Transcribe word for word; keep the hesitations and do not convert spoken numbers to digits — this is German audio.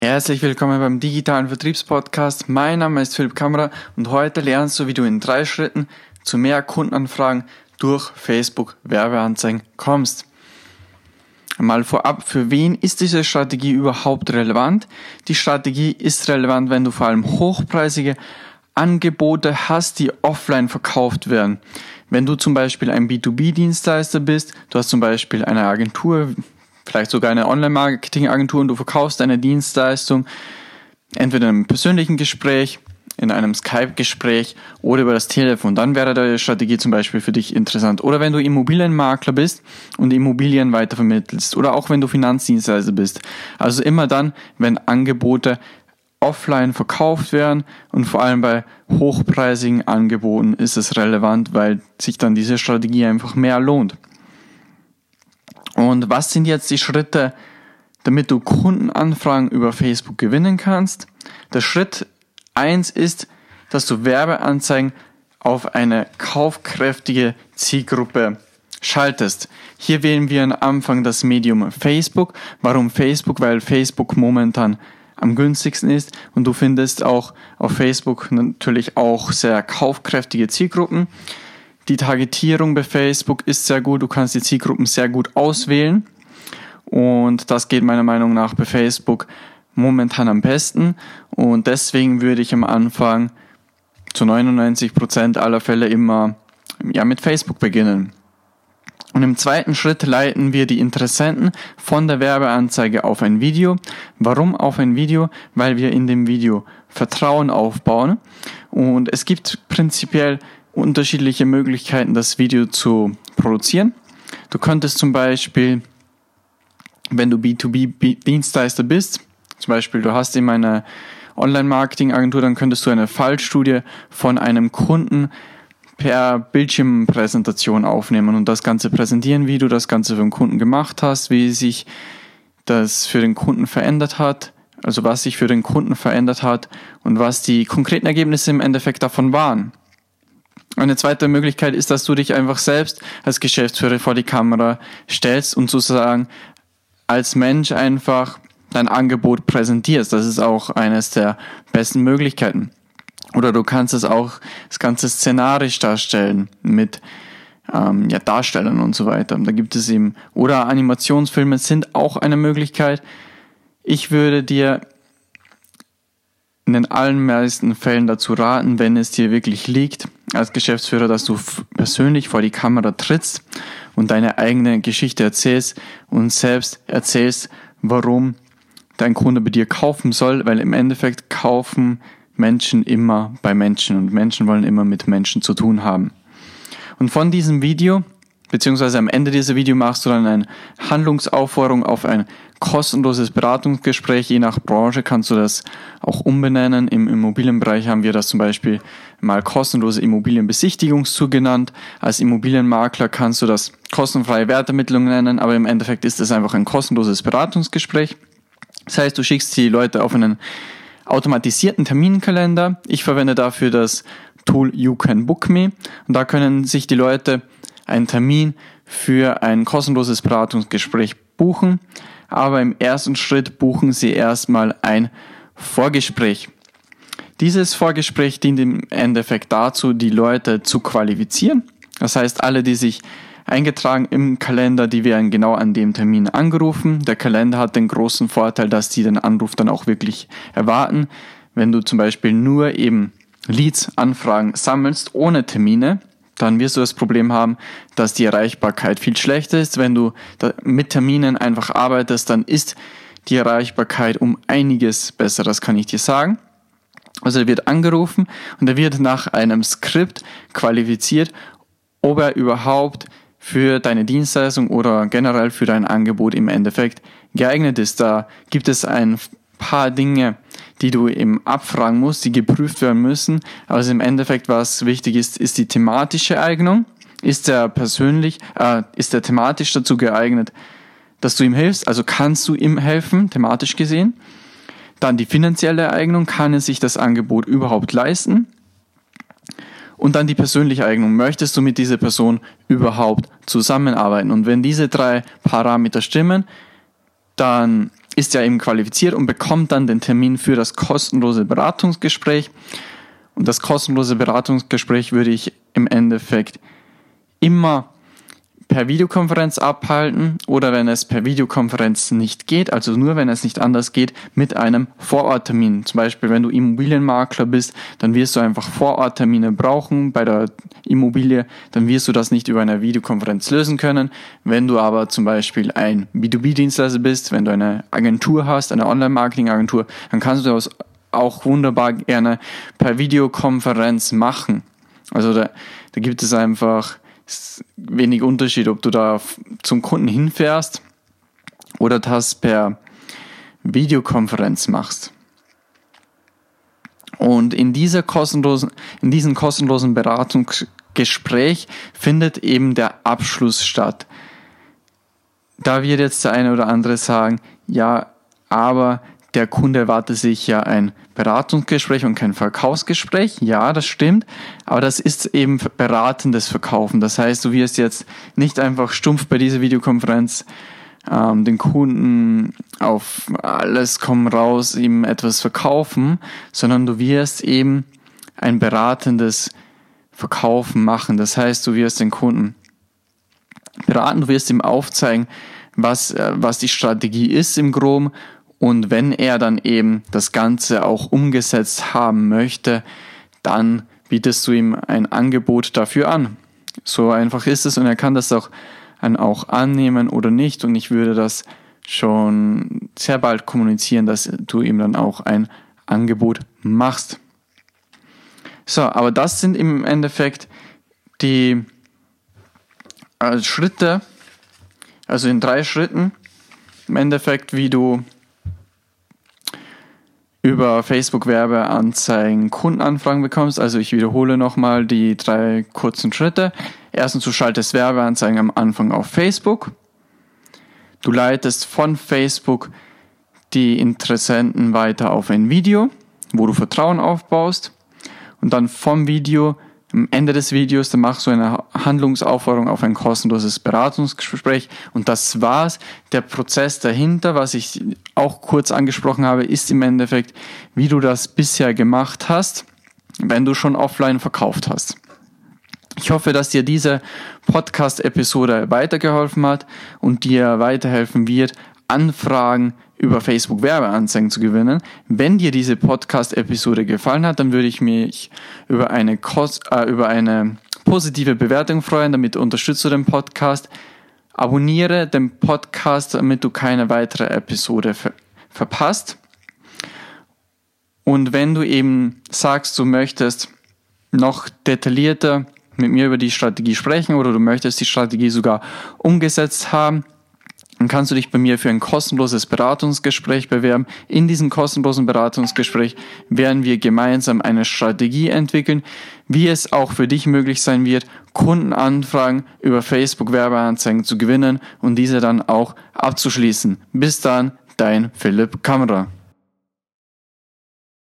Herzlich willkommen beim digitalen Vertriebspodcast. Mein Name ist Philipp Kammerer und heute lernst du, wie du in drei Schritten zu mehr Kundenanfragen durch Facebook Werbeanzeigen kommst. Mal vorab, für wen ist diese Strategie überhaupt relevant? Die Strategie ist relevant, wenn du vor allem hochpreisige Angebote hast, die offline verkauft werden. Wenn du zum Beispiel ein B zwei B-Dienstleister bist, du hast zum Beispiel eine Agentur, vielleicht sogar eine Online-Marketing-Agentur und du verkaufst deine Dienstleistung entweder in einem persönlichen Gespräch, in einem Skype-Gespräch oder über das Telefon, dann wäre deine Strategie zum Beispiel für dich interessant. Oder wenn du Immobilienmakler bist und Immobilien weitervermittelst oder auch wenn du Finanzdienstleister bist. Also immer dann, wenn Angebote offline verkauft werden und vor allem bei hochpreisigen Angeboten ist es relevant, weil sich dann diese Strategie einfach mehr lohnt. Und was sind jetzt die Schritte, damit du Kundenanfragen über Facebook gewinnen kannst? Der Schritt eins ist, dass du Werbeanzeigen auf eine kaufkräftige Zielgruppe schaltest. Hier wählen wir am Anfang das Medium Facebook. Warum Facebook? Weil Facebook momentan am günstigsten ist und du findest auch auf Facebook natürlich auch sehr kaufkräftige Zielgruppen. Die Targetierung bei Facebook ist sehr gut, du kannst die Zielgruppen sehr gut auswählen und das geht meiner Meinung nach bei Facebook momentan am besten und deswegen würde ich am Anfang zu neunundneunzig Prozent aller Fälle immer ja, mit Facebook beginnen. Und im zweiten Schritt leiten wir die Interessenten von der Werbeanzeige auf ein Video. Warum auf ein Video? Weil wir in dem Video Vertrauen aufbauen und es gibt prinzipiell unterschiedliche Möglichkeiten, das Video zu produzieren. Du könntest zum Beispiel, wenn du B zwei B-Dienstleister bist, zum Beispiel du hast eben eine Online-Marketing-Agentur, dann könntest du eine Fallstudie von einem Kunden per Bildschirmpräsentation aufnehmen und das Ganze präsentieren, wie du das Ganze für den Kunden gemacht hast, wie sich das für den Kunden verändert hat, also was sich für den Kunden verändert hat und was die konkreten Ergebnisse im Endeffekt davon waren. Eine zweite Möglichkeit ist, dass du dich einfach selbst als Geschäftsführer vor die Kamera stellst und sozusagen als Mensch einfach dein Angebot präsentierst. Das ist auch eines der besten Möglichkeiten. Oder du kannst es auch das Ganze szenarisch darstellen mit ähm, ja, Darstellern und so weiter. Da gibt es eben, oder Animationsfilme sind auch eine Möglichkeit. Ich würde dir in den allermeisten Fällen dazu raten, wenn es dir wirklich liegt, als Geschäftsführer, dass du f- persönlich vor die Kamera trittst und deine eigene Geschichte erzählst und selbst erzählst, warum dein Kunde bei dir kaufen soll, weil im Endeffekt kaufen Menschen immer bei Menschen und Menschen wollen immer mit Menschen zu tun haben. Und von diesem Video, beziehungsweise am Ende dieser Video machst du dann eine Handlungsaufforderung auf ein kostenloses Beratungsgespräch. Je nach Branche kannst du das auch umbenennen. Im Immobilienbereich haben wir das zum Beispiel mal kostenlose Immobilienbesichtigungstour genannt. Als Immobilienmakler kannst du das kostenfreie Wertermittlung nennen, aber im Endeffekt ist es einfach ein kostenloses Beratungsgespräch. Das heißt, du schickst die Leute auf einen automatisierten Terminkalender. Ich verwende dafür das Tool You Can Book Me und da können sich die Leute einen Termin für ein kostenloses Beratungsgespräch buchen, aber im ersten Schritt buchen sie erstmal ein Vorgespräch. Dieses Vorgespräch dient im Endeffekt dazu, die Leute zu qualifizieren. Das heißt, alle, die sich eingetragen im Kalender, die werden genau an dem Termin angerufen. Der Kalender hat den großen Vorteil, dass die den Anruf dann auch wirklich erwarten. Wenn du zum Beispiel nur eben Leads, Anfragen sammelst ohne Termine, dann wirst du das Problem haben, dass die Erreichbarkeit viel schlechter ist. Wenn du mit Terminen einfach arbeitest, dann ist die Erreichbarkeit um einiges besser, das kann ich dir sagen. Also er wird angerufen und er wird nach einem Skript qualifiziert, ob er überhaupt für deine Dienstleistung oder generell für dein Angebot im Endeffekt geeignet ist. Da gibt es ein paar Dinge, die du eben abfragen musst, die geprüft werden müssen. Also im Endeffekt, was wichtig ist, ist die thematische Eignung. Ist er persönlich, äh, ist er thematisch dazu geeignet, dass du ihm hilfst? Also kannst du ihm helfen, thematisch gesehen? Dann die finanzielle Eignung, kann er sich das Angebot überhaupt leisten? Und dann die persönliche Eignung, möchtest du mit dieser Person überhaupt zusammenarbeiten? Und wenn diese drei Parameter stimmen, dann ist ja eben qualifiziert und bekommt dann den Termin für das kostenlose Beratungsgespräch. Und das kostenlose Beratungsgespräch würde ich im Endeffekt immer per Videokonferenz abhalten oder wenn es per Videokonferenz nicht geht, also nur wenn es nicht anders geht, mit einem Vororttermin. Zum Beispiel, wenn du Immobilienmakler bist, dann wirst du einfach Vororttermine brauchen bei der Immobilie, dann wirst du das nicht über eine Videokonferenz lösen können. Wenn du aber zum Beispiel ein B zwei B-Dienstleister bist, wenn du eine Agentur hast, eine Online-Marketing-Agentur, dann kannst du das auch wunderbar gerne per Videokonferenz machen. Also da, da gibt es einfach wenig Unterschied, ob du da zum Kunden hinfährst oder das per Videokonferenz machst. Und in dieser kostenlosen, in diesem kostenlosen Beratungsgespräch findet eben der Abschluss statt. Da wird jetzt der eine oder andere sagen, ja, aber der Kunde erwartet sich ja ein Beratungsgespräch und kein Verkaufsgespräch. Ja, das stimmt, aber das ist eben beratendes Verkaufen. Das heißt, du wirst jetzt nicht einfach stumpf bei dieser Videokonferenz ähm, den Kunden auf alles komm raus ihm etwas verkaufen, sondern du wirst eben ein beratendes Verkaufen machen. Das heißt, du wirst den Kunden beraten, du wirst ihm aufzeigen, was, äh, was die Strategie ist im Groben. Und wenn er dann eben das Ganze auch umgesetzt haben möchte, dann bietest du ihm ein Angebot dafür an. So einfach ist es und er kann das auch, auch annehmen oder nicht. Und ich würde das schon sehr bald kommunizieren, dass du ihm dann auch ein Angebot machst. So, aber das sind im Endeffekt die äh, Schritte, also in drei Schritten, im Endeffekt, wie du über Facebook-Werbeanzeigen Kundenanfragen bekommst. Also ich wiederhole nochmal die drei kurzen Schritte. Erstens, du schaltest Werbeanzeigen am Anfang auf Facebook. Du leitest von Facebook die Interessenten weiter auf ein Video, wo du Vertrauen aufbaust. Und dann vom Video, am Ende des Videos, dann machst du eine Handlungsaufforderung auf ein kostenloses Beratungsgespräch. Und das war's. Der Prozess dahinter, was ich auch kurz angesprochen habe, ist im Endeffekt, wie du das bisher gemacht hast, wenn du schon offline verkauft hast. Ich hoffe, dass dir diese Podcast-Episode weitergeholfen hat und dir weiterhelfen wird, Anfragen über Facebook-Werbeanzeigen zu gewinnen. Wenn dir diese Podcast-Episode gefallen hat, dann würde ich mich über eine, Kost, äh, über eine positive Bewertung freuen, damit unterstützt du den Podcast. Abonniere den Podcast, damit du keine weitere Episode ver- verpasst. Und wenn du eben sagst, du möchtest noch detaillierter mit mir über die Strategie sprechen oder du möchtest die Strategie sogar umgesetzt haben, dann kannst du dich bei mir für ein kostenloses Beratungsgespräch bewerben. In diesem kostenlosen Beratungsgespräch werden wir gemeinsam eine Strategie entwickeln, wie es auch für dich möglich sein wird, Kundenanfragen über Facebook-Werbeanzeigen zu gewinnen und diese dann auch abzuschließen. Bis dann, dein Philipp Kammerer.